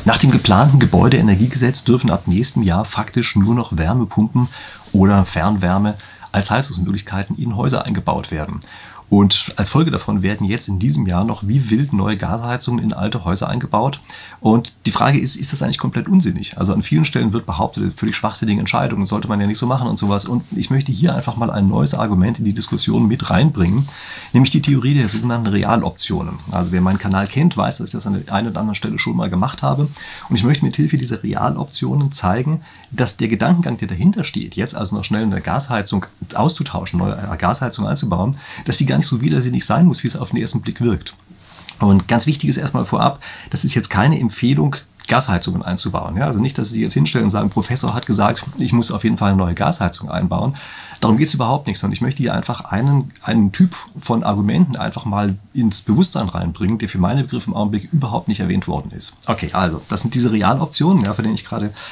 Nach dem geplanten Gebäudeenergiegesetz dürfen ab nächstem Jahr faktisch nur noch Wärmepumpen oder Fernwärme als Heizungsmöglichkeiten in Häuser eingebaut werden. Und als Folge davon werden jetzt in diesem Jahr noch wie wild neue Gasheizungen in alte Häuser eingebaut. Und die Frage ist das eigentlich komplett unsinnig? Also an vielen Stellen wird behauptet, völlig schwachsinnige Entscheidungen sollte man ja nicht so machen und sowas. Und ich möchte hier einfach mal ein neues Argument in die Diskussion mit reinbringen, nämlich die Theorie der sogenannten Realoptionen. Also wer meinen Kanal kennt, weiß, dass ich das an der einen oder anderen Stelle schon mal gemacht habe. Und ich möchte mit Hilfe dieser Realoptionen zeigen, dass der Gedankengang, der dahinter steht, jetzt also noch schnell eine Gasheizung auszutauschen, neue Gasheizung einzubauen, dass die gar nicht so widersinnig sein muss, wie es auf den ersten Blick wirkt. Und ganz wichtig ist erstmal vorab, das ist jetzt keine Empfehlung, Gasheizungen einzubauen. Ja, also nicht, dass Sie jetzt hinstellen und sagen, Professor hat gesagt, ich muss auf jeden Fall eine neue Gasheizung einbauen. Darum geht es überhaupt nicht, sondern ich möchte hier einfach einen Typ von Argumenten einfach mal ins Bewusstsein reinbringen, der für meine Begriffe im Augenblick überhaupt nicht erwähnt worden ist. Okay, also das sind diese Realoptionen, ja, von denen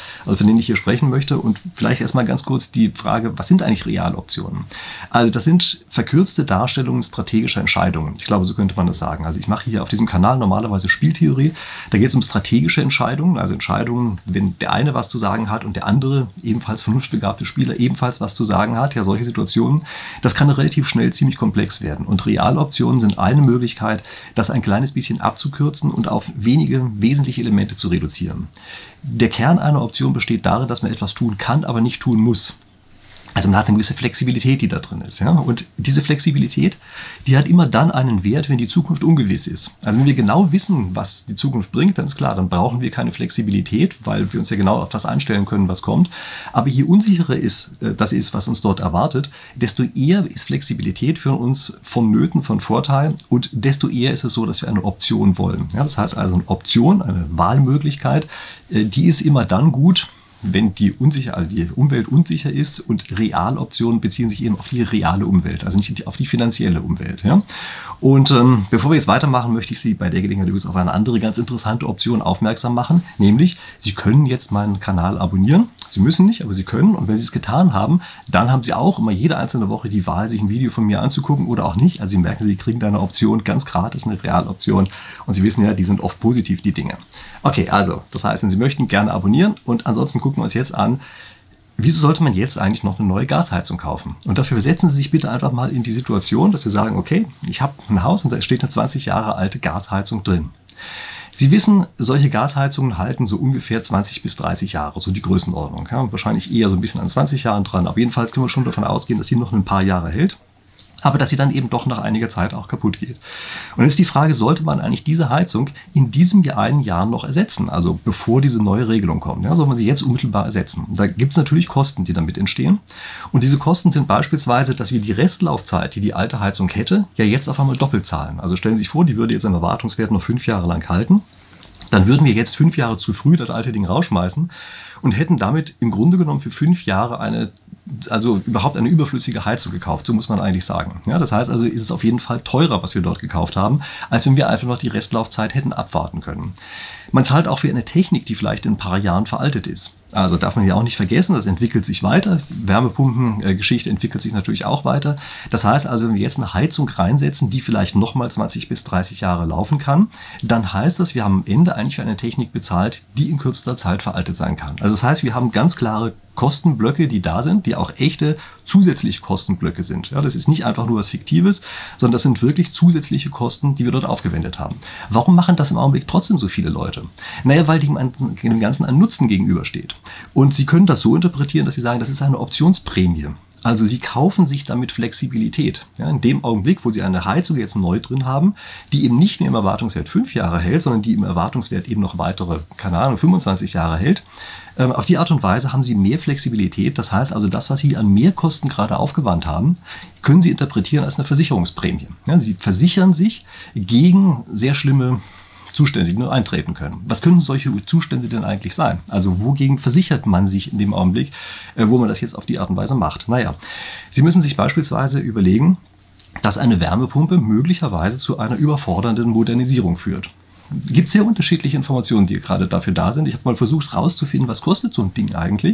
ich hier sprechen möchte. Und vielleicht erstmal ganz kurz die Frage, was sind eigentlich Realoptionen? Also das sind verkürzte Darstellungen strategischer Entscheidungen. Ich glaube, so könnte man das sagen. Also ich mache hier auf diesem Kanal normalerweise Spieltheorie. Da geht es um strategische Entscheidungen, also Entscheidungen, wenn der eine was zu sagen hat und der andere, ebenfalls vernunftbegabte Spieler, ebenfalls was zu sagen hat. Ja, solche Situationen, das kann relativ schnell ziemlich komplex werden. Und Realoptionen sind eine Möglichkeit, das ein kleines bisschen abzukürzen und auf wenige wesentliche Elemente zu reduzieren. Der Kern einer Option besteht darin, dass man etwas tun kann, aber nicht tun muss. Also man hat eine gewisse Flexibilität, die da drin ist. Ja? Und diese Flexibilität, die hat immer dann einen Wert, wenn die Zukunft ungewiss ist. Also wenn wir genau wissen, was die Zukunft bringt, dann ist klar, dann brauchen wir keine Flexibilität, weil wir uns ja genau auf das einstellen können, was kommt. Aber je unsicherer das ist, was uns dort erwartet, desto eher ist Flexibilität für uns vonnöten, von Vorteil und desto eher ist es so, dass wir eine Option wollen. Ja? Das heißt also eine Option, eine Wahlmöglichkeit, die ist immer dann gut, wenn die Umwelt unsicher ist, und Realoptionen beziehen sich eben auf die reale Umwelt, also nicht auf die finanzielle Umwelt. Ja? Und bevor wir jetzt weitermachen, möchte ich Sie bei der Gelegenheit übrigens auf eine andere ganz interessante Option aufmerksam machen, nämlich Sie können jetzt meinen Kanal abonnieren. Sie müssen nicht, aber Sie können, und wenn Sie es getan haben, dann haben Sie auch immer jede einzelne Woche die Wahl, sich ein Video von mir anzugucken oder auch nicht. Also Sie merken, Sie kriegen da eine Option ganz gratis, eine Realoption, und Sie wissen ja, die sind oft positiv, die Dinge. Okay, also, das heißt, wenn Sie möchten, gerne abonnieren, und ansonsten gucken wir uns jetzt an, wieso sollte man jetzt eigentlich noch eine neue Gasheizung kaufen? Und dafür versetzen Sie sich bitte einfach mal in die Situation, dass Sie sagen, okay, ich habe ein Haus und da steht eine 20 Jahre alte Gasheizung drin. Sie wissen, solche Gasheizungen halten so ungefähr 20 bis 30 Jahre, so die Größenordnung. Ja, wahrscheinlich eher so ein bisschen an 20 Jahren dran, aber jedenfalls können wir schon davon ausgehen, dass sie noch ein paar Jahre hält, aber dass sie dann eben doch nach einiger Zeit auch kaputt geht. Und jetzt ist die Frage, sollte man eigentlich diese Heizung in diesem einen Jahr noch ersetzen, also bevor diese neue Regelung kommt? Ja, soll man sie jetzt unmittelbar ersetzen? Da gibt es natürlich Kosten, die damit entstehen. Und diese Kosten sind beispielsweise, dass wir die Restlaufzeit, die die alte Heizung hätte, ja jetzt auf einmal doppelt zahlen. Also stellen Sie sich vor, die würde jetzt im Erwartungswert noch 5 Jahre lang halten. Dann würden wir jetzt 5 Jahre zu früh das alte Ding rausschmeißen und hätten damit im Grunde genommen für 5 Jahre überhaupt eine überflüssige Heizung gekauft, so muss man eigentlich sagen. Ja, das heißt also, ist es auf jeden Fall teurer, was wir dort gekauft haben, als wenn wir einfach noch die Restlaufzeit hätten abwarten können. Man zahlt auch für eine Technik, die vielleicht in ein paar Jahren veraltet ist. Also darf man ja auch nicht vergessen, das entwickelt sich weiter. Wärmepumpengeschichte entwickelt sich natürlich auch weiter. Das heißt also, wenn wir jetzt eine Heizung reinsetzen, die vielleicht nochmal 20 bis 30 Jahre laufen kann, dann heißt das, wir haben am Ende eigentlich für eine Technik bezahlt, die in kürzester Zeit veraltet sein kann. Also das heißt, wir haben ganz klare Kostenblöcke, die da sind, die auch echte zusätzliche Kostenblöcke sind. Ja, das ist nicht einfach nur was Fiktives, sondern das sind wirklich zusätzliche Kosten, die wir dort aufgewendet haben. Warum machen das im Augenblick trotzdem so viele Leute? Naja, weil dem Ganzen ein Nutzen gegenübersteht. Und Sie können das so interpretieren, dass Sie sagen, das ist eine Optionsprämie. Also Sie kaufen sich damit Flexibilität. Ja, in dem Augenblick, wo Sie eine Heizung jetzt neu drin haben, die eben nicht nur im Erwartungswert 5 Jahre hält, sondern die im Erwartungswert eben noch weitere, keine Ahnung, 25 Jahre hält, auf die Art und Weise haben Sie mehr Flexibilität. Das heißt also, das, was Sie an Mehrkosten gerade aufgewandt haben, können Sie interpretieren als eine Versicherungsprämie. Ja, Sie versichern sich gegen sehr schlimme Zustände, die nur eintreten können. Was können solche Zustände denn eigentlich sein? Also wogegen versichert man sich in dem Augenblick, wo man das jetzt auf die Art und Weise macht? Naja, Sie müssen sich beispielsweise überlegen, dass eine Wärmepumpe möglicherweise zu einer überfordernden Modernisierung führt. Es gibt sehr unterschiedliche Informationen, die gerade dafür da sind. Ich habe mal versucht herauszufinden, was kostet so ein Ding eigentlich.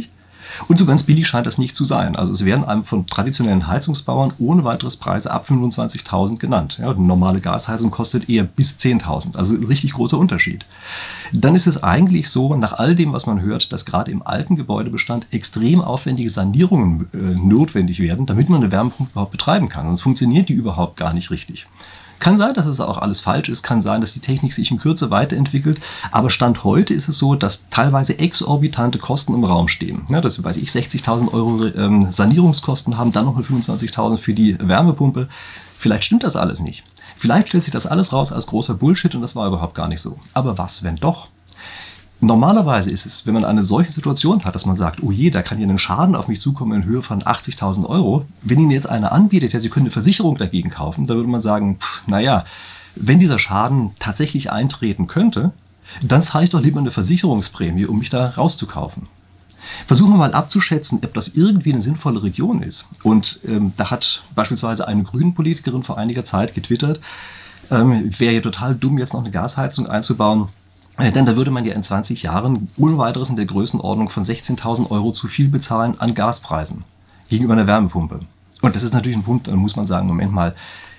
Und so ganz billig scheint das nicht zu sein. Also es werden einem von traditionellen Heizungsbauern ohne weiteres Preise ab 25.000 genannt. Ja, eine normale Gasheizung kostet eher bis 10.000. Also ein richtig großer Unterschied. Dann ist es eigentlich so, nach all dem, was man hört, dass gerade im alten Gebäudebestand extrem aufwendige Sanierungen notwendig werden, damit man eine Wärmepumpe überhaupt betreiben kann. Sonst funktioniert die überhaupt gar nicht richtig. Kann sein, dass es auch alles falsch ist, kann sein, dass die Technik sich in Kürze weiterentwickelt, aber Stand heute ist es so, dass teilweise exorbitante Kosten im Raum stehen. Ja, das weiß ich, 60.000 Euro Sanierungskosten haben, dann noch eine 25.000 für die Wärmepumpe. Vielleicht stimmt das alles nicht. Vielleicht stellt sich das alles raus als großer Bullshit und das war überhaupt gar nicht so. Aber was, wenn doch? Normalerweise ist es, wenn man eine solche Situation hat, dass man sagt, oh je, da kann hier ein Schaden auf mich zukommen in Höhe von 80.000 Euro. Wenn Ihnen jetzt einer anbietet, ja, Sie können eine Versicherung dagegen kaufen, dann würde man sagen, naja, wenn dieser Schaden tatsächlich eintreten könnte, dann zahle ich doch lieber eine Versicherungsprämie, um mich da rauszukaufen. Versuchen wir mal abzuschätzen, ob das irgendwie eine sinnvolle Region ist. Und da hat beispielsweise eine Grünen-Politikerin vor einiger Zeit getwittert, wäre ja total dumm, jetzt noch eine Gasheizung einzubauen. Denn da würde man ja in 20 Jahren ohne weiteres in der Größenordnung von 16.000 Euro zu viel bezahlen an Gaspreisen gegenüber einer Wärmepumpe. Und das ist natürlich ein Punkt, da muss man sagen, Moment mal,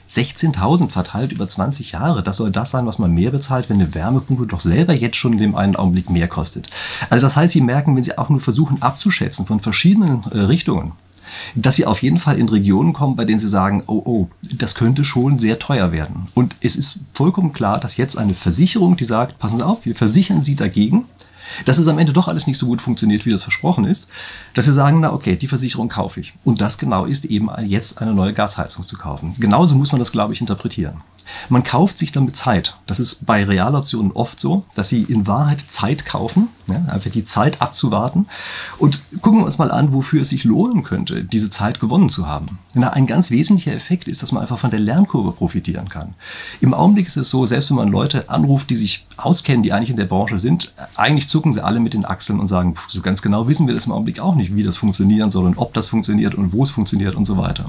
16.000 verteilt über 20 Jahre, das soll das sein, was man mehr bezahlt, wenn eine Wärmepumpe doch selber jetzt schon in dem einen Augenblick mehr kostet. Also das heißt, Sie merken, wenn Sie auch nur versuchen abzuschätzen von verschiedenen Richtungen, dass Sie auf jeden Fall in Regionen kommen, bei denen Sie sagen, oh, das könnte schon sehr teuer werden. Und es ist vollkommen klar, dass jetzt eine Versicherung, die sagt, passen Sie auf, wir versichern Sie dagegen, dass es am Ende doch alles nicht so gut funktioniert, wie das versprochen ist, dass Sie sagen, na okay, die Versicherung kaufe ich. Und das genau ist eben jetzt eine neue Gasheizung zu kaufen. Genauso muss man das, glaube ich, interpretieren. Man kauft sich damit Zeit. Das ist bei Realoptionen oft so, dass Sie in Wahrheit Zeit kaufen, ja, einfach die Zeit abzuwarten. Und gucken wir uns mal an, wofür es sich lohnen könnte, diese Zeit gewonnen zu haben. Na, ein ganz wesentlicher Effekt ist, dass man einfach von der Lernkurve profitieren kann. Im Augenblick ist es so, selbst wenn man Leute anruft, die sich auskennen, die eigentlich in der Branche sind, eigentlich zucken sie alle mit den Achseln und sagen, so ganz genau wissen wir das im Augenblick auch nicht, wie das funktionieren soll und ob das funktioniert und wo es funktioniert und so weiter.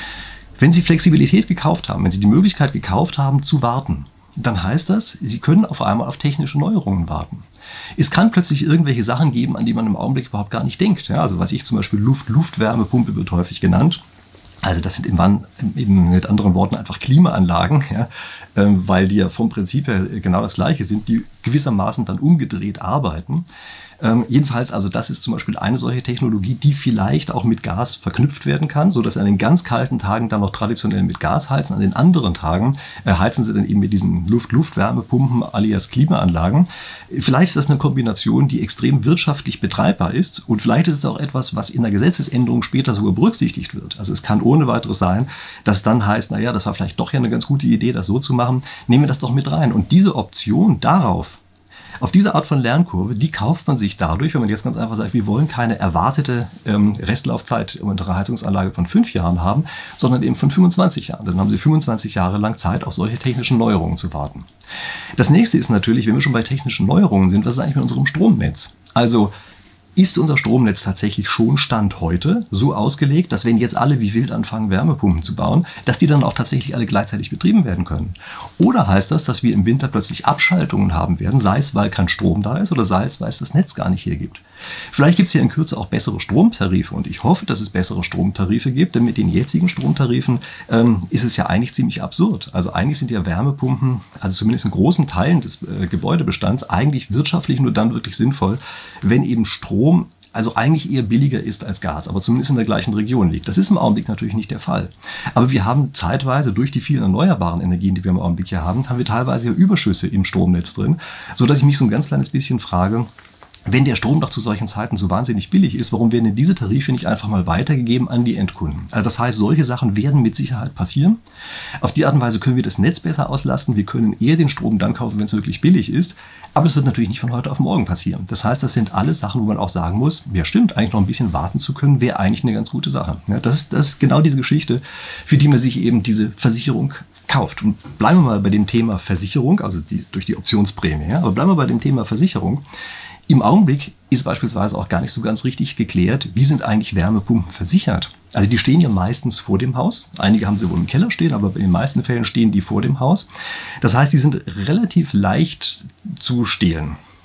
Wenn Sie Flexibilität gekauft haben, wenn Sie die Möglichkeit gekauft haben zu warten, dann heißt das, Sie können auf einmal auf technische Neuerungen warten. Es kann plötzlich irgendwelche Sachen geben, an die man im Augenblick überhaupt gar nicht denkt. Ja, also was ich zum Beispiel Luft-Wärmepumpe wird häufig genannt. Also das sind eben mit anderen Worten einfach Klimaanlagen, ja, weil die ja vom Prinzip her genau das Gleiche sind, die gewissermaßen dann umgedreht arbeiten. Jedenfalls, also das ist zum Beispiel eine solche Technologie, die vielleicht auch mit Gas verknüpft werden kann, sodass Sie an den ganz kalten Tagen dann noch traditionell mit Gas heizen, an den anderen Tagen heizen Sie dann eben mit diesen Luft-Wärmepumpen alias Klimaanlagen. Vielleicht ist das eine Kombination, die extrem wirtschaftlich betreibbar ist und vielleicht ist es auch etwas, was in der Gesetzesänderung später sogar berücksichtigt wird. Also es kann ohne weiteres sein, dass dann heißt, naja, das war vielleicht doch ja eine ganz gute Idee, das so zu machen, nehmen wir das doch mit rein. Und diese Option darauf, auf diese Art von Lernkurve, die kauft man sich dadurch, wenn man jetzt ganz einfach sagt, wir wollen keine erwartete Restlaufzeit unserer Heizungsanlage von 5 Jahren haben, sondern eben von 25 Jahren. Dann haben Sie 25 Jahre lang Zeit, auf solche technischen Neuerungen zu warten. Das nächste ist natürlich, wenn wir schon bei technischen Neuerungen sind, was ist eigentlich mit unserem Stromnetz? Also ist unser Stromnetz tatsächlich schon Stand heute so ausgelegt, dass wenn jetzt alle wie wild anfangen, Wärmepumpen zu bauen, dass die dann auch tatsächlich alle gleichzeitig betrieben werden können? Oder heißt das, dass wir im Winter plötzlich Abschaltungen haben werden, sei es, weil kein Strom da ist oder sei es, weil es das Netz gar nicht hergibt? Vielleicht gibt es hier in Kürze auch bessere Stromtarife und ich hoffe, dass es bessere Stromtarife gibt, denn mit den jetzigen Stromtarifen ist es ja eigentlich ziemlich absurd. Also eigentlich sind ja Wärmepumpen, also zumindest in großen Teilen des Gebäudebestands, eigentlich wirtschaftlich nur dann wirklich sinnvoll, wenn eben Strom also eigentlich eher billiger ist als Gas, aber zumindest in der gleichen Region liegt. Das ist im Augenblick natürlich nicht der Fall. Aber wir haben zeitweise durch die vielen erneuerbaren Energien, die wir im Augenblick hier haben wir teilweise ja Überschüsse im Stromnetz drin, sodass ich mich so ein ganz kleines bisschen frage, wenn der Strom doch zu solchen Zeiten so wahnsinnig billig ist, warum werden denn diese Tarife nicht einfach mal weitergegeben an die Endkunden? Also das heißt, solche Sachen werden mit Sicherheit passieren. Auf die Art und Weise können wir das Netz besser auslasten. Wir können eher den Strom dann kaufen, wenn es wirklich billig ist. Aber das wird natürlich nicht von heute auf morgen passieren. Das heißt, das sind alles Sachen, wo man auch sagen muss, ja stimmt, eigentlich noch ein bisschen warten zu können, wäre eigentlich eine ganz gute Sache. Ja, das ist genau diese Geschichte, für die man sich eben diese Versicherung kauft. Und bleiben wir mal bei dem Thema Versicherung, also durch die Optionsprämie. Ja, aber bleiben wir bei dem Thema Versicherung. Im Augenblick ist beispielsweise auch gar nicht so ganz richtig geklärt, wie sind eigentlich Wärmepumpen versichert. Also die stehen ja meistens vor dem Haus. Einige haben sie wohl im Keller stehen, aber in den meisten Fällen stehen die vor dem Haus. Das heißt, die sind relativ leicht zu stehlen.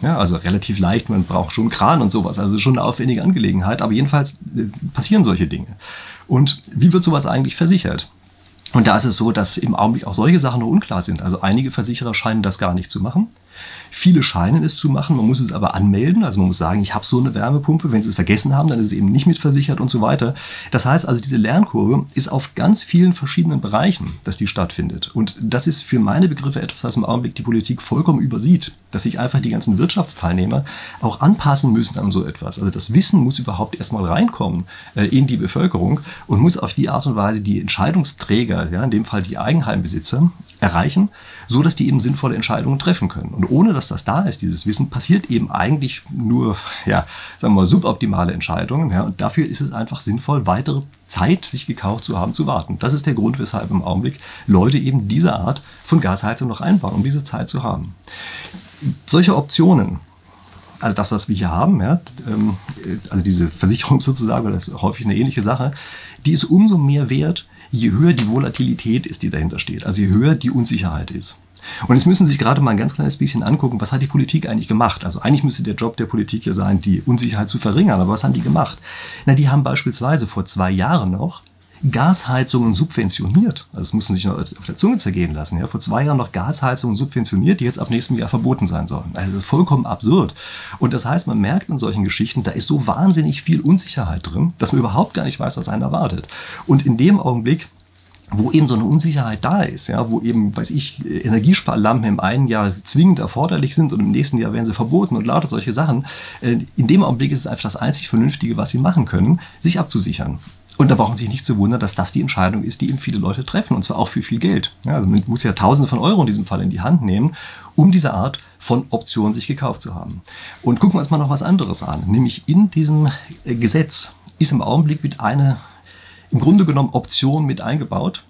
Ja, also relativ leicht, man braucht schon einen Kran und sowas, also schon eine aufwendige Angelegenheit, aber jedenfalls passieren solche Dinge. Und wie wird sowas eigentlich versichert? Und da ist es so, dass im Augenblick auch solche Sachen noch unklar sind. Also einige Versicherer scheinen das gar nicht zu machen. Viele scheinen es zu machen, man muss es aber anmelden. Also man muss sagen, ich habe so eine Wärmepumpe. Wenn Sie es vergessen haben, dann ist es eben nicht mitversichert und so weiter. Das heißt also, diese Lernkurve ist auf ganz vielen verschiedenen Bereichen, dass die stattfindet. Und das ist für meine Begriffe etwas, was im Augenblick die Politik vollkommen übersieht. Dass sich einfach die ganzen Wirtschaftsteilnehmer auch anpassen müssen an so etwas. Also das Wissen muss überhaupt erstmal reinkommen in die Bevölkerung und muss auf die Art und Weise die Entscheidungsträger, ja, in dem Fall die Eigenheimbesitzer, erreichen, so dass die eben sinnvolle Entscheidungen treffen können. Und ohne dass das da ist, dieses Wissen, passiert eben eigentlich nur, ja, sagen wir mal, suboptimale Entscheidungen. Ja, und dafür ist es einfach sinnvoll, weitere Zeit sich gekauft zu haben, zu warten. Das ist der Grund, weshalb im Augenblick Leute eben diese Art von Gasheizung noch einbauen, um diese Zeit zu haben. Solche Optionen, also das, was wir hier haben, ja, also diese Versicherung sozusagen, das ist häufig eine ähnliche Sache, die ist umso mehr wert, je höher die Volatilität ist, die dahinter steht, also je höher die Unsicherheit ist. Und jetzt müssen Sie sich gerade mal ein ganz kleines bisschen angucken, was hat die Politik eigentlich gemacht? Also eigentlich müsste der Job der Politik ja sein, die Unsicherheit zu verringern, aber was haben die gemacht? Na, die haben beispielsweise vor 2 Jahren noch Gasheizungen subventioniert. Also das mussten Sie sich noch auf der Zunge zergehen lassen. Ja? Vor 2 Jahren noch Gasheizungen subventioniert, die jetzt ab nächstem Jahr verboten sein sollen. Also vollkommen absurd. Und das heißt, man merkt in solchen Geschichten, da ist so wahnsinnig viel Unsicherheit drin, dass man überhaupt gar nicht weiß, was einen erwartet. Und in dem Augenblick, wo eben so eine Unsicherheit da ist, ja, wo eben, weiß ich, Energiesparlampen im einen Jahr zwingend erforderlich sind und im nächsten Jahr werden sie verboten und lauter solche Sachen, in dem Augenblick ist es einfach das einzig Vernünftige, was sie machen können, sich abzusichern. Und da brauchen Sie sich nicht zu wundern, dass das die Entscheidung ist, die eben viele Leute treffen, und zwar auch für viel Geld. Ja, also man muss ja Tausende von Euro in diesem Fall in die Hand nehmen, um diese Art von Option sich gekauft zu haben. Und gucken wir uns mal noch was anderes an, nämlich in diesem Gesetz ist im Augenblick mit einer im Grunde genommen Option mit eingebaut.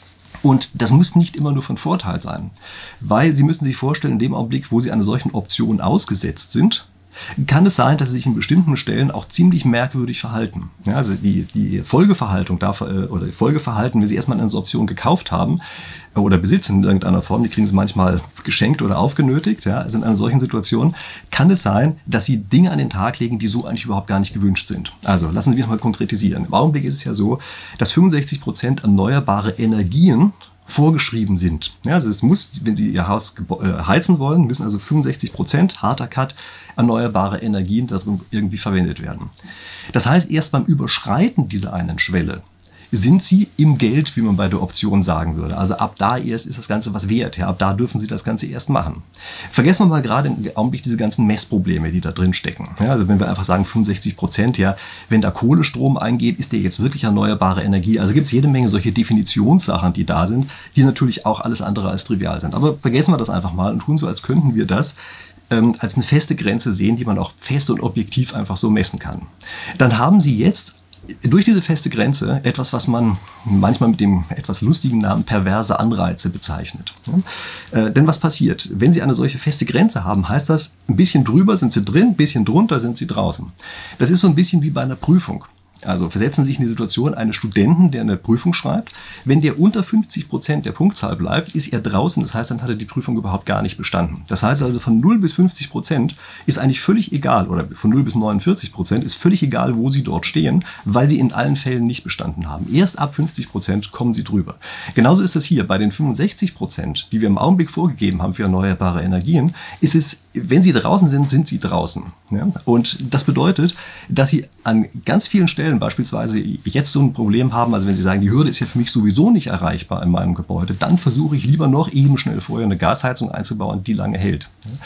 Und das muss nicht immer nur von Vorteil sein, weil Sie müssen sich vorstellen, in dem Augenblick, wo Sie einer solchen Option ausgesetzt sind, kann es sein, dass sie sich in bestimmten Stellen auch ziemlich merkwürdig verhalten. Ja, also die Folgeverhaltung oder die Folgeverhalten, wenn Sie erstmal eine Option gekauft haben oder besitzen in irgendeiner Form, die kriegen Sie manchmal geschenkt oder aufgenötigt. Ja, also in einer solchen Situation kann es sein, dass Sie Dinge an den Tag legen, die so eigentlich überhaupt gar nicht gewünscht sind. Also lassen Sie mich mal konkretisieren. Im Augenblick ist es ja so, dass 65% erneuerbare Energien vorgeschrieben sind. Ja, also es muss, wenn Sie Ihr Haus heizen wollen, müssen also 65%, harter Cut, erneuerbare Energien darin irgendwie verwendet werden. Das heißt, erst beim Überschreiten dieser einen Schwelle sind Sie im Geld, wie man bei der Option sagen würde. Also ab da erst ist das Ganze was wert. Ja, ab da dürfen Sie das Ganze erst machen. Vergessen wir mal gerade im Augenblick diese ganzen Messprobleme, die da drin stecken. Ja, also wenn wir einfach sagen 65%, ja, wenn da Kohlestrom eingeht, ist der jetzt wirklich erneuerbare Energie. Also gibt es jede Menge solche Definitionssachen, die da sind, die natürlich auch alles andere als trivial sind. Aber vergessen wir das einfach mal und tun so, als könnten wir das als eine feste Grenze sehen, die man auch fest und objektiv einfach so messen kann. Dann haben Sie jetzt durch diese feste Grenze etwas, was man manchmal mit dem etwas lustigen Namen perverse Anreize bezeichnet. Denn was passiert? Wenn Sie eine solche feste Grenze haben, heißt das, ein bisschen drüber sind Sie drin, ein bisschen drunter sind Sie draußen. Das ist so ein bisschen wie bei einer Prüfung. Also versetzen Sie sich in die Situation eines Studenten, der eine Prüfung schreibt. Wenn der unter 50% der Punktzahl bleibt, ist er draußen. Das heißt, dann hat er die Prüfung überhaupt gar nicht bestanden. Das heißt also, von 0 bis 50% ist eigentlich völlig egal, oder von 0 bis 49% ist völlig egal, wo Sie dort stehen, weil Sie in allen Fällen nicht bestanden haben. Erst ab 50% kommen Sie drüber. Genauso ist das hier. Bei den 65%, die wir im Augenblick vorgegeben haben für erneuerbare Energien, ist es, wenn Sie draußen sind, sind Sie draußen. Ja? Und das bedeutet, dass Sie an ganz vielen Stellen beispielsweise jetzt so ein Problem haben, also wenn Sie sagen, die Hürde ist ja für mich sowieso nicht erreichbar in meinem Gebäude, dann versuche ich lieber noch eben schnell vorher eine Gasheizung einzubauen, die lange hält.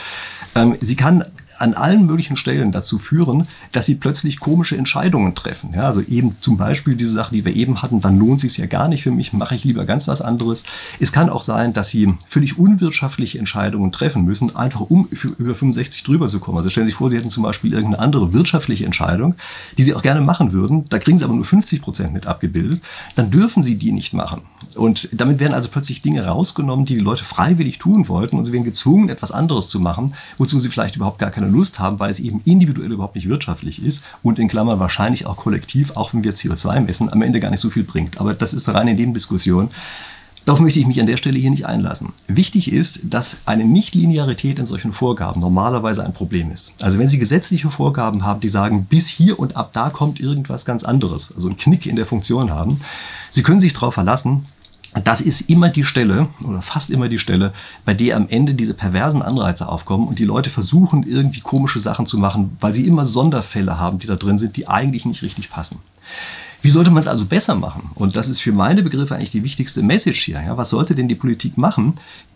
Sie kann an allen möglichen Stellen dazu führen, dass Sie plötzlich komische Entscheidungen treffen. Ja, also eben zum Beispiel diese Sache, die wir eben hatten, dann lohnt es sich ja gar nicht für mich, mache ich lieber ganz was anderes. Es kann auch sein, dass Sie völlig unwirtschaftliche Entscheidungen treffen müssen, einfach um über 65 drüber zu kommen. Also stellen Sie sich vor, Sie hätten zum Beispiel irgendeine andere wirtschaftliche Entscheidung, die Sie auch gerne machen würden, da kriegen Sie aber nur 50% mit abgebildet, dann dürfen Sie die nicht machen. Und damit werden also plötzlich Dinge rausgenommen, die Leute freiwillig tun wollten, und sie werden gezwungen, etwas anderes zu machen, wozu sie vielleicht überhaupt gar keine Lust haben, weil es eben individuell überhaupt nicht wirtschaftlich ist und in Klammern wahrscheinlich auch kollektiv, auch wenn wir CO2 messen, am Ende gar nicht so viel bringt. Aber das ist rein in den Diskussionen. Darauf möchte ich mich an der Stelle hier nicht einlassen. Wichtig ist, dass eine Nichtlinearität in solchen Vorgaben normalerweise ein Problem ist. Also wenn Sie gesetzliche Vorgaben haben, die sagen, bis hier und ab da kommt irgendwas ganz anderes, also einen Knick in der Funktion haben, Sie können sich darauf verlassen, das ist immer die Stelle oder fast immer die Stelle, bei der am Ende diese perversen Anreize aufkommen und die Leute versuchen, irgendwie komische Sachen zu machen, weil sie immer Sonderfälle haben, die da drin sind, die eigentlich nicht richtig passen. Wie sollte man es also besser machen? Und das ist für meine Begriffe eigentlich die wichtigste Message hier. Ja, was sollte denn die Politik machen,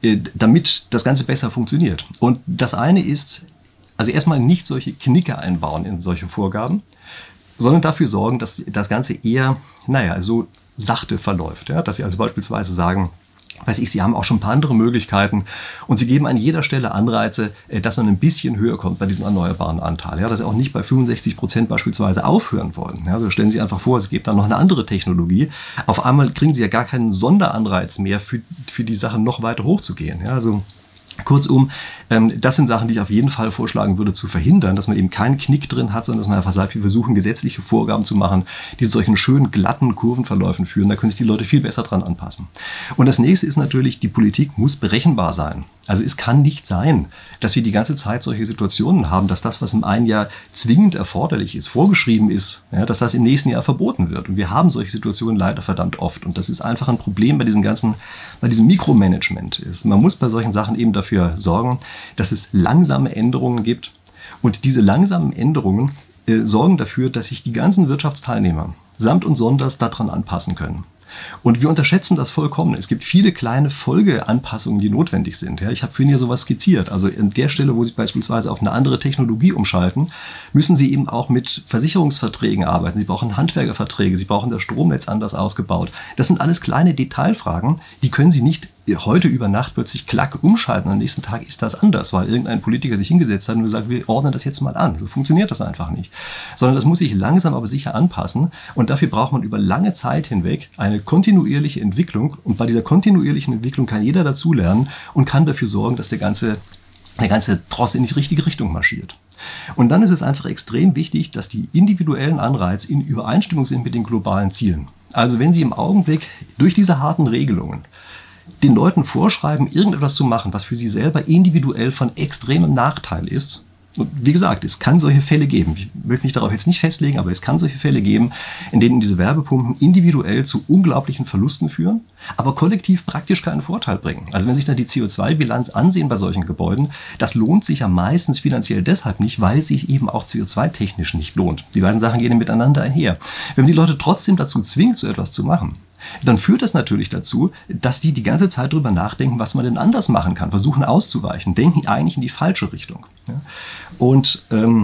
damit das Ganze besser funktioniert? Und das eine ist, also erstmal nicht solche Knicke einbauen in solche Vorgaben, sondern dafür sorgen, dass das Ganze eher, so sachte verläuft. Ja? Dass Sie also beispielsweise sagen, Sie haben auch schon ein paar andere Möglichkeiten und Sie geben an jeder Stelle Anreize, dass man ein bisschen höher kommt bei diesem erneuerbaren Anteil. Ja, dass Sie auch nicht bei 65% beispielsweise aufhören wollen. Ja, also stellen Sie einfach vor, es gibt dann noch eine andere Technologie. Auf einmal kriegen Sie ja gar keinen Sonderanreiz mehr für die Sache noch weiter hochzugehen. Ja, also kurzum, das sind Sachen, die ich auf jeden Fall vorschlagen würde zu verhindern, dass man eben keinen Knick drin hat, sondern dass man einfach sagt, wir versuchen gesetzliche Vorgaben zu machen, die zu solchen schönen glatten Kurvenverläufen führen. Da können sich die Leute viel besser dran anpassen. Und das nächste ist natürlich, die Politik muss berechenbar sein. Also es kann nicht sein, dass wir die ganze Zeit solche Situationen haben, dass das, was im einen Jahr zwingend erforderlich ist, vorgeschrieben ist, ja, dass das im nächsten Jahr verboten wird. Und wir haben solche Situationen leider verdammt oft. Und das ist einfach ein Problem bei diesem Mikromanagement. Man muss bei solchen Sachen eben dafür sorgen, dass es langsame Änderungen gibt. Und diese langsamen Änderungen sorgen dafür, dass sich die ganzen Wirtschaftsteilnehmer samt und sonders daran anpassen können. Und wir unterschätzen das vollkommen. Es gibt viele kleine Folgeanpassungen, die notwendig sind. Ja, ich habe vorhin hier sowas skizziert. Also an der Stelle, wo Sie beispielsweise auf eine andere Technologie umschalten, müssen Sie eben auch mit Versicherungsverträgen arbeiten. Sie brauchen Handwerkerverträge, Sie brauchen das Stromnetz anders ausgebaut. Das sind alles kleine Detailfragen, die können Sie nicht heute über Nacht plötzlich klack umschalten. Am nächsten Tag ist das anders, weil irgendein Politiker sich hingesetzt hat und gesagt, wir ordnen das jetzt mal an. So funktioniert das einfach nicht. Sondern das muss sich langsam, aber sicher anpassen. Und dafür braucht man über lange Zeit hinweg eine kontinuierliche Entwicklung. Und bei dieser kontinuierlichen Entwicklung kann jeder dazulernen und kann dafür sorgen, dass der ganze Tross in die richtige Richtung marschiert. Und dann ist es einfach extrem wichtig, dass die individuellen Anreize in Übereinstimmung sind mit den globalen Zielen. Also wenn Sie im Augenblick durch diese harten Regelungen den Leuten vorschreiben, irgendetwas zu machen, was für sie selber individuell von extremem Nachteil ist. Und wie gesagt, es kann solche Fälle geben. Ich möchte mich darauf jetzt nicht festlegen, aber es kann solche Fälle geben, in denen diese Wärmepumpen individuell zu unglaublichen Verlusten führen, aber kollektiv praktisch keinen Vorteil bringen. Also wenn Sie sich dann die CO2-Bilanz ansehen bei solchen Gebäuden, das lohnt sich ja meistens finanziell deshalb nicht, weil sich eben auch CO2-technisch nicht lohnt. Die beiden Sachen gehen miteinander einher. Wenn man die Leute trotzdem dazu zwingt, so etwas zu machen, dann führt das natürlich dazu, dass die ganze Zeit drüber nachdenken, was man denn anders machen kann, versuchen auszuweichen, denken eigentlich in die falsche Richtung. Ja? Und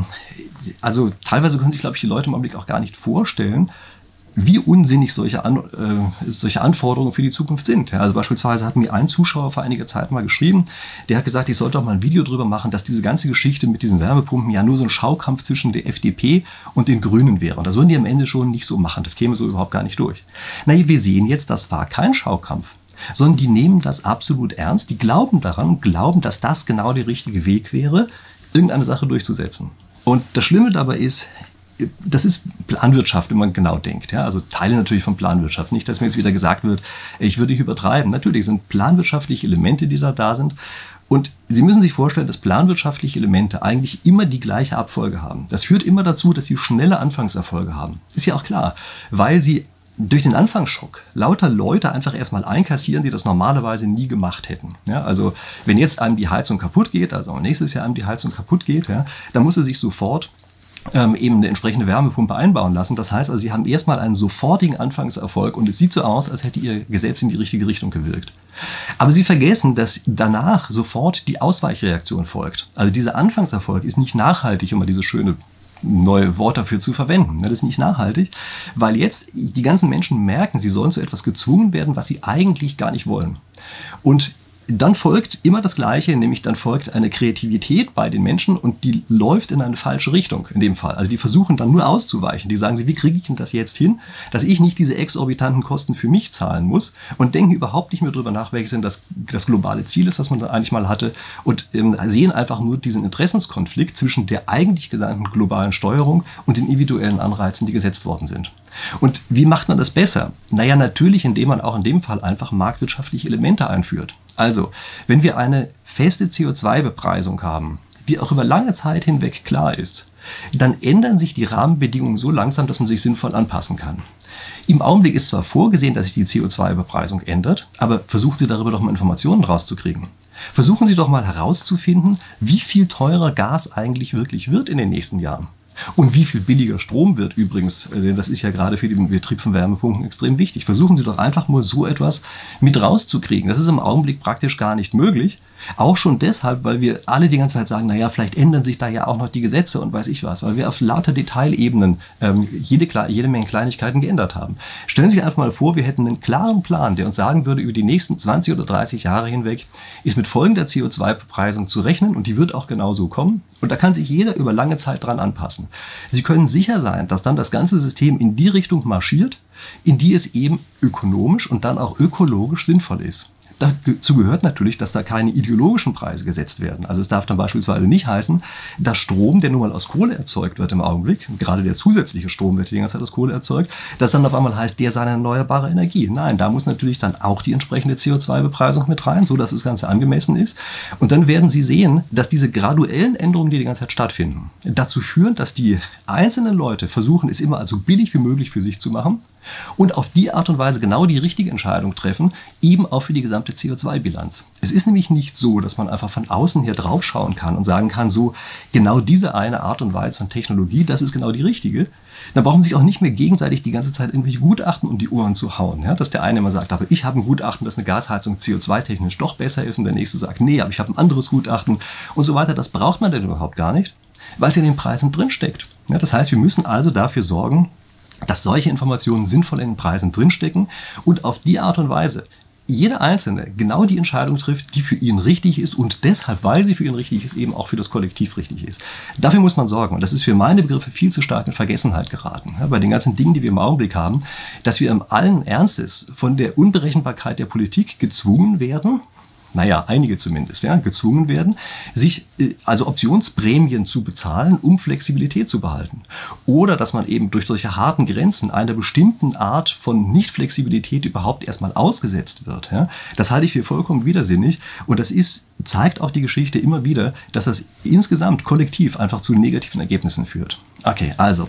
also teilweise können sich, glaube ich, die Leute im Augenblick auch gar nicht vorstellen, wie unsinnig solche Anforderungen für die Zukunft sind. Ja, also beispielsweise hat mir ein Zuschauer vor einiger Zeit mal geschrieben, der hat gesagt, ich sollte doch mal ein Video drüber machen, dass diese ganze Geschichte mit diesen Wärmepumpen ja nur so ein Schaukampf zwischen der FDP und den Grünen wäre. Und das würden die am Ende schon nicht so machen. Das käme so überhaupt gar nicht durch. Naja, wir sehen jetzt, das war kein Schaukampf, sondern die nehmen das absolut ernst. Die glauben daran und glauben, dass das genau der richtige Weg wäre, irgendeine Sache durchzusetzen. Und das Schlimme dabei ist, das ist Planwirtschaft, wenn man genau denkt. Ja? Also Teile natürlich von Planwirtschaft. Nicht, dass mir jetzt wieder gesagt wird, ich würde dich übertreiben. Natürlich sind planwirtschaftliche Elemente, die da sind. Und Sie müssen sich vorstellen, dass planwirtschaftliche Elemente eigentlich immer die gleiche Abfolge haben. Das führt immer dazu, dass sie schnelle Anfangserfolge haben. Ist ja auch klar, weil sie durch den Anfangsschock lauter Leute einfach erstmal einkassieren, die das normalerweise nie gemacht hätten. Ja, also wenn jetzt einem die Heizung kaputt geht, also nächstes Jahr einem die Heizung kaputt geht, ja, dann muss er sich sofort eben eine entsprechende Wärmepumpe einbauen lassen. Das heißt also, Sie haben erstmal einen sofortigen Anfangserfolg und es sieht so aus, als hätte Ihr Gesetz in die richtige Richtung gewirkt. Aber Sie vergessen, dass danach sofort die Ausweichreaktion folgt. Also dieser Anfangserfolg ist nicht nachhaltig, um mal dieses schöne neue Wort dafür zu verwenden. Das ist nicht nachhaltig, weil jetzt die ganzen Menschen merken, sie sollen zu etwas gezwungen werden, was sie eigentlich gar nicht wollen. Und dann folgt immer das Gleiche, nämlich dann folgt eine Kreativität bei den Menschen und die läuft in eine falsche Richtung in dem Fall. Also die versuchen dann nur auszuweichen. Die sagen, wie kriege ich denn das jetzt hin, dass ich nicht diese exorbitanten Kosten für mich zahlen muss und denken überhaupt nicht mehr darüber nach, welches denn das globale Ziel ist, was man dann eigentlich mal hatte und sehen einfach nur diesen Interessenskonflikt zwischen der eigentlich genannten globalen Steuerung und den individuellen Anreizen, die gesetzt worden sind. Und wie macht man das besser? Naja, natürlich, indem man auch in dem Fall einfach marktwirtschaftliche Elemente einführt. Also, wenn wir eine feste CO2-Bepreisung haben, die auch über lange Zeit hinweg klar ist, dann ändern sich die Rahmenbedingungen so langsam, dass man sich sinnvoll anpassen kann. Im Augenblick ist zwar vorgesehen, dass sich die CO2-Bepreisung ändert, aber versuchen Sie darüber doch mal Informationen rauszukriegen. Versuchen Sie doch mal herauszufinden, wie viel teurer Gas eigentlich wirklich wird in den nächsten Jahren. Und wie viel billiger Strom wird übrigens, denn das ist ja gerade für den Betrieb von Wärmepumpen extrem wichtig. Versuchen Sie doch einfach mal so etwas mit rauszukriegen. Das ist im Augenblick praktisch gar nicht möglich. Auch schon deshalb, weil wir alle die ganze Zeit sagen, naja, vielleicht ändern sich da ja auch noch die Gesetze und weiß ich was, weil wir auf lauter Detailebenen jede Menge Kleinigkeiten geändert haben. Stellen Sie sich einfach mal vor, wir hätten einen klaren Plan, der uns sagen würde, über die nächsten 20 oder 30 Jahre hinweg ist mit folgender CO2-Bepreisung zu rechnen und die wird auch genauso kommen. Und da kann sich jeder über lange Zeit dran anpassen. Sie können sicher sein, dass dann das ganze System in die Richtung marschiert, in die es eben ökonomisch und dann auch ökologisch sinnvoll ist. Dazu gehört natürlich, dass da keine ideologischen Preise gesetzt werden. Also es darf dann beispielsweise nicht heißen, dass Strom, der nun mal aus Kohle erzeugt wird im Augenblick, gerade der zusätzliche Strom wird die ganze Zeit aus Kohle erzeugt, dass dann auf einmal heißt, der sei eine erneuerbare Energie. Nein, da muss natürlich dann auch die entsprechende CO2-Bepreisung mit rein, so dass das Ganze angemessen ist. Und dann werden Sie sehen, dass diese graduellen Änderungen, die ganze Zeit stattfinden, dazu führen, dass die einzelnen Leute versuchen, es immer so billig wie möglich für sich zu machen, und auf die Art und Weise genau die richtige Entscheidung treffen, eben auch für die gesamte CO2-Bilanz. Es ist nämlich nicht so, dass man einfach von außen her drauf schauen kann und sagen kann, so genau diese eine Art und Weise von Technologie, das ist genau die richtige. Dann brauchen sich auch nicht mehr gegenseitig die ganze Zeit irgendwelche Gutachten um die Ohren zu hauen. Ja? Dass der eine immer sagt, aber ich habe ein Gutachten, dass eine Gasheizung CO2-technisch doch besser ist und der nächste sagt, nee, aber ich habe ein anderes Gutachten und so weiter. Das braucht man denn überhaupt gar nicht, weil es in den Preisen drinsteckt. Ja? Das heißt, wir müssen also dafür sorgen, dass solche Informationen sinnvoll in den Preisen drinstecken und auf die Art und Weise jeder Einzelne genau die Entscheidung trifft, die für ihn richtig ist und deshalb, weil sie für ihn richtig ist, eben auch für das Kollektiv richtig ist. Dafür muss man sorgen und das ist für meine Begriffe viel zu stark in Vergessenheit geraten. Ja, bei den ganzen Dingen, die wir im Augenblick haben, dass wir im allen Ernstes von der Unberechenbarkeit der Politik gezwungen werden, naja, einige zumindest, ja, gezwungen werden, sich also Optionsprämien zu bezahlen, um Flexibilität zu behalten. Oder dass man eben durch solche harten Grenzen einer bestimmten Art von Nicht-Flexibilität überhaupt erstmal ausgesetzt wird. Ja. Das halte ich für vollkommen widersinnig und das zeigt auch die Geschichte immer wieder, dass das insgesamt kollektiv einfach zu negativen Ergebnissen führt. Okay, also,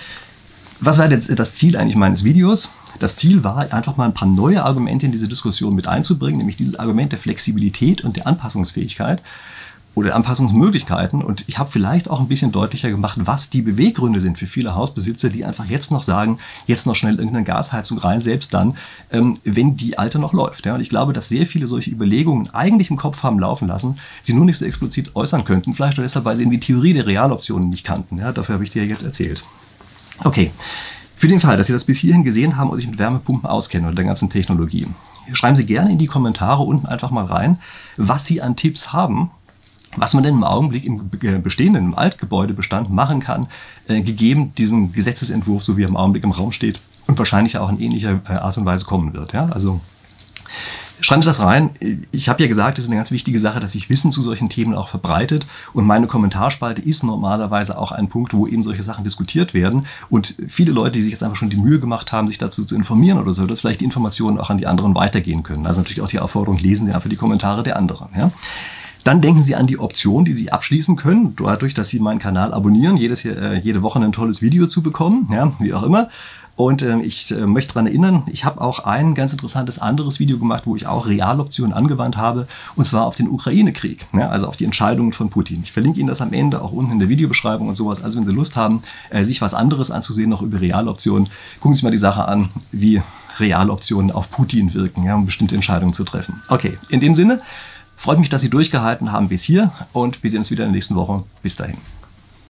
was war jetzt das Ziel eigentlich meines Videos? Das Ziel war, einfach mal ein paar neue Argumente in diese Diskussion mit einzubringen, nämlich dieses Argument der Flexibilität und der Anpassungsfähigkeit oder Anpassungsmöglichkeiten. Und ich habe vielleicht auch ein bisschen deutlicher gemacht, was die Beweggründe sind für viele Hausbesitzer, die einfach jetzt noch sagen, jetzt noch schnell irgendeine Gasheizung rein, selbst dann, wenn die alte noch läuft. Ja, und ich glaube, dass sehr viele solche Überlegungen eigentlich im Kopf haben laufen lassen, sie nur nicht so explizit äußern könnten, vielleicht auch deshalb, weil sie die Theorie der Realoptionen nicht kannten. Ja, dafür habe ich dir jetzt erzählt. Okay. Für den Fall, dass Sie das bis hierhin gesehen haben und sich mit Wärmepumpen auskennen oder der ganzen Technologie, schreiben Sie gerne in die Kommentare unten einfach mal rein, was Sie an Tipps haben, was man denn im Augenblick im bestehenden, im Altgebäudebestand machen kann, gegeben diesen Gesetzesentwurf, so wie er im Augenblick im Raum steht und wahrscheinlich auch in ähnlicher Art und Weise kommen wird. Ja? Also schreiben Sie das rein. Ich habe ja gesagt, es ist eine ganz wichtige Sache, dass sich Wissen zu solchen Themen auch verbreitet. Und meine Kommentarspalte ist normalerweise auch ein Punkt, wo eben solche Sachen diskutiert werden. Und viele Leute, die sich jetzt einfach schon die Mühe gemacht haben, sich dazu zu informieren oder so, dass vielleicht die Informationen auch an die anderen weitergehen können. Also natürlich auch die Aufforderung, lesen Sie einfach die Kommentare der anderen. Ja? Dann denken Sie an die Option, die Sie abschließen können, dadurch, dass Sie meinen Kanal abonnieren, jede Woche ein tolles Video zu bekommen, ja, wie auch immer. Und ich möchte daran erinnern, ich habe auch ein ganz interessantes anderes Video gemacht, wo ich auch Realoptionen angewandt habe, und zwar auf den Ukraine-Krieg, ja, also auf die Entscheidungen von Putin. Ich verlinke Ihnen das am Ende auch unten in der Videobeschreibung und sowas. Also wenn Sie Lust haben, sich was anderes anzusehen, noch über Realoptionen, gucken Sie sich mal die Sache an, wie Realoptionen auf Putin wirken, ja, um bestimmte Entscheidungen zu treffen. Okay, in dem Sinne, freut mich, dass Sie durchgehalten haben bis hier und wir sehen uns wieder in der nächsten Woche. Bis dahin.